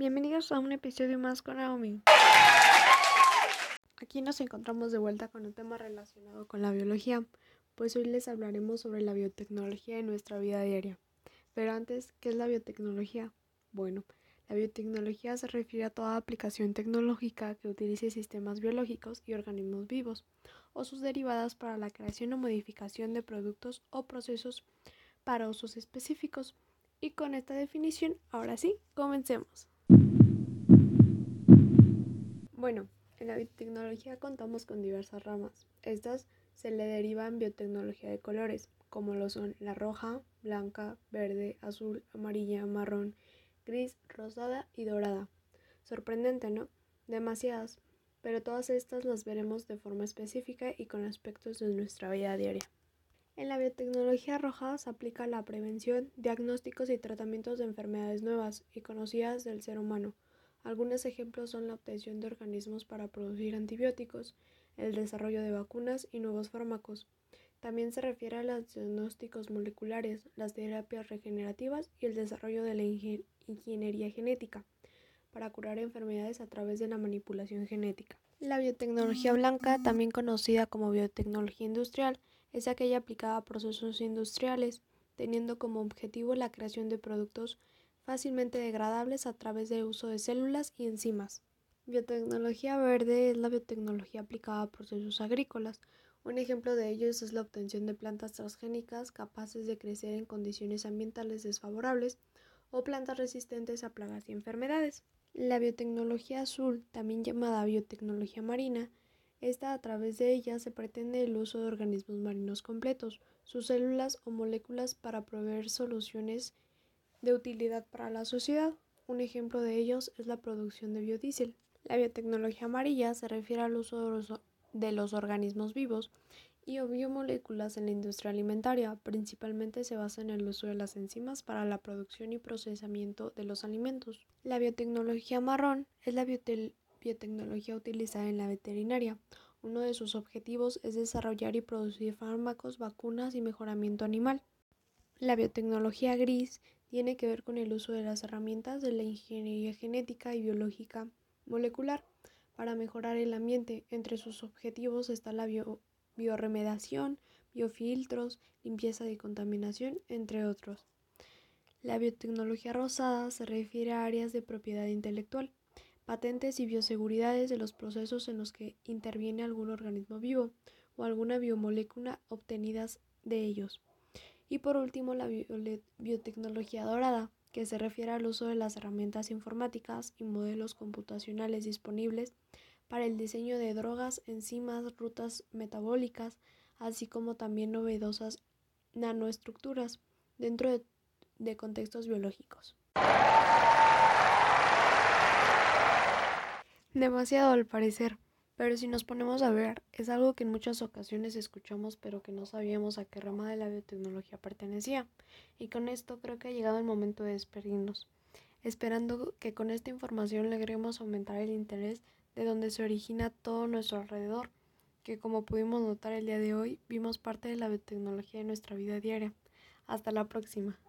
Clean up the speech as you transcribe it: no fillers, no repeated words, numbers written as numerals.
Bienvenidos a un episodio más con Naomi. Aquí nos encontramos de vuelta con un tema relacionado con la biología, pues hoy les hablaremos sobre la biotecnología en nuestra vida diaria. Pero antes, ¿qué es la biotecnología? Bueno, la biotecnología se refiere a toda aplicación tecnológica que utilice sistemas biológicos y organismos vivos, o sus derivadas para la creación o modificación de productos o procesos para usos específicos. Y con esta definición, ahora sí, comencemos. Bueno, en la biotecnología contamos con diversas ramas. Estas se le derivan biotecnología de colores, como lo son la roja, blanca, verde, azul, amarilla, marrón, gris, rosada y dorada. Sorprendente, ¿no? Demasiadas, pero todas estas las veremos de forma específica y con aspectos de nuestra vida diaria. En la biotecnología roja se aplica la prevención, diagnósticos y tratamientos de enfermedades nuevas y conocidas del ser humano. Algunos ejemplos son la obtención de organismos para producir antibióticos, el desarrollo de vacunas y nuevos fármacos. También se refiere a los diagnósticos moleculares, las terapias regenerativas y el desarrollo de la ingeniería genética para curar enfermedades a través de la manipulación genética. La biotecnología blanca, también conocida como biotecnología industrial, es aquella aplicada a procesos industriales, teniendo como objetivo la creación de productos fácilmente degradables a través del uso de células y enzimas. Biotecnología verde es la biotecnología aplicada a procesos agrícolas. Un ejemplo de ellos es la obtención de plantas transgénicas capaces de crecer en condiciones ambientales desfavorables o plantas resistentes a plagas y enfermedades. La biotecnología azul, también llamada biotecnología marina, a través de ella se pretende el uso de organismos marinos completos, sus células o moléculas para proveer soluciones de utilidad para la sociedad. Un ejemplo de ellos es la producción de biodiesel. La biotecnología amarilla se refiere al uso de los organismos vivos y o biomoléculas en la industria alimentaria. Principalmente se basa en el uso de las enzimas para la producción y procesamiento de los alimentos. La biotecnología marrón es la biotecnología utilizada en la veterinaria. Uno de sus objetivos es desarrollar y producir fármacos, vacunas y mejoramiento animal. La biotecnología gris tiene que ver con el uso de las herramientas de la ingeniería genética y biológica molecular para mejorar el ambiente. Entre sus objetivos está la bioremediación, biofiltros, limpieza de contaminación, entre otros. La biotecnología rosada se refiere a áreas de propiedad intelectual, patentes y bioseguridades de los procesos en los que interviene algún organismo vivo o alguna biomolécula obtenidas de ellos. Y por último, la biotecnología dorada, que se refiere al uso de las herramientas informáticas y modelos computacionales disponibles para el diseño de drogas, enzimas, rutas metabólicas, así como también novedosas nanoestructuras dentro de contextos biológicos. Demasiado al parecer, pero si nos ponemos a ver, es algo que en muchas ocasiones escuchamos pero que no sabíamos a qué rama de la biotecnología pertenecía. Y con esto creo que ha llegado el momento de despedirnos, esperando que con esta información logremos aumentar el interés de donde se origina todo nuestro alrededor, que como pudimos notar el día de hoy, vimos parte de la biotecnología en nuestra vida diaria. Hasta la próxima.